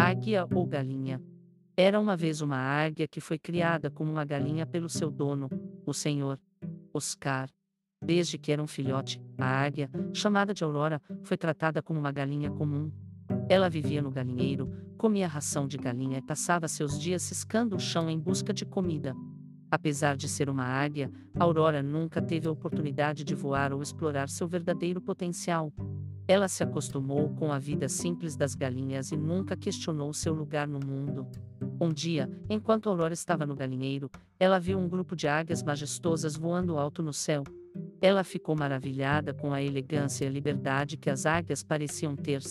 Águia ou galinha. Era uma vez uma águia que foi criada como uma galinha pelo seu dono, o senhor Oscar. Desde que era um filhote, a águia, chamada de Aurora, foi tratada como uma galinha comum. Ela vivia no galinheiro, comia ração de galinha e passava seus dias ciscando o chão em busca de comida. Apesar de ser uma águia, Aurora nunca teve a oportunidade de voar ou explorar seu verdadeiro potencial. Ela se acostumou com a vida simples das galinhas e nunca questionou seu lugar no mundo. Um dia, enquanto Aurora estava no galinheiro, ela viu um grupo de águias majestosas voando alto no céu. Ela ficou maravilhada com a elegância e a liberdade que as águias pareciam ter.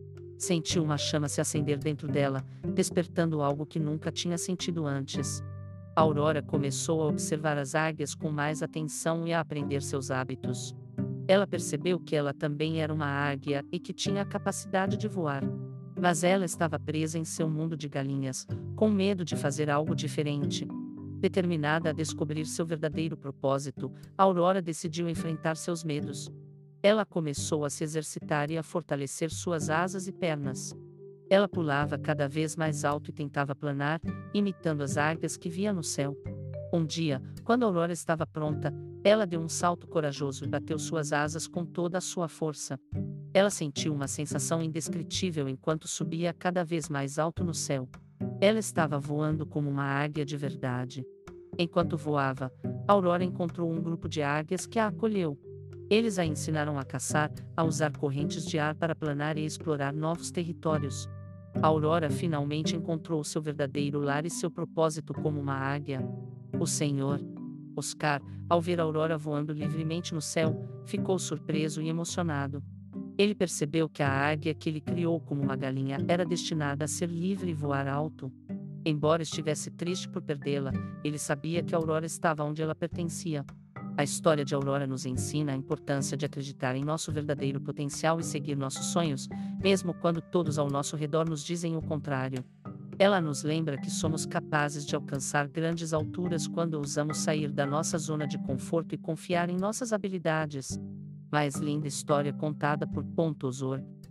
Sentiu uma chama se acender dentro dela, despertando algo que nunca tinha sentido antes. Aurora começou a observar as águias com mais atenção e a aprender seus hábitos. Ela percebeu que ela também era uma águia e que tinha a capacidade de voar. Mas ela estava presa em seu mundo de galinhas, com medo de fazer algo diferente. Determinada a descobrir seu verdadeiro propósito, Aurora decidiu enfrentar seus medos. Ela começou a se exercitar e a fortalecer suas asas e pernas. Ela pulava cada vez mais alto e tentava planar, imitando as águias que via no céu. Um dia, quando Aurora estava pronta, ela deu um salto corajoso e bateu suas asas com toda a sua força. Ela sentiu uma sensação indescritível enquanto subia cada vez mais alto no céu. Ela estava voando como uma águia de verdade. Enquanto voava, Aurora encontrou um grupo de águias que a acolheu. Eles a ensinaram a caçar, a usar correntes de ar para planar e explorar novos territórios. Aurora finalmente encontrou seu verdadeiro lar e seu propósito como uma águia. O senhor Oscar, ao ver Aurora voando livremente no céu, ficou surpreso e emocionado. Ele percebeu que a águia que ele criou como uma galinha era destinada a ser livre e voar alto. Embora estivesse triste por perdê-la, ele sabia que Aurora estava onde ela pertencia. A história de Aurora nos ensina a importância de acreditar em nosso verdadeiro potencial e seguir nossos sonhos, mesmo quando todos ao nosso redor nos dizem o contrário. Ela nos lembra que somos capazes de alcançar grandes alturas quando ousamos sair da nossa zona de conforto e confiar em nossas habilidades. Mais linda história contada por Ponto Osor.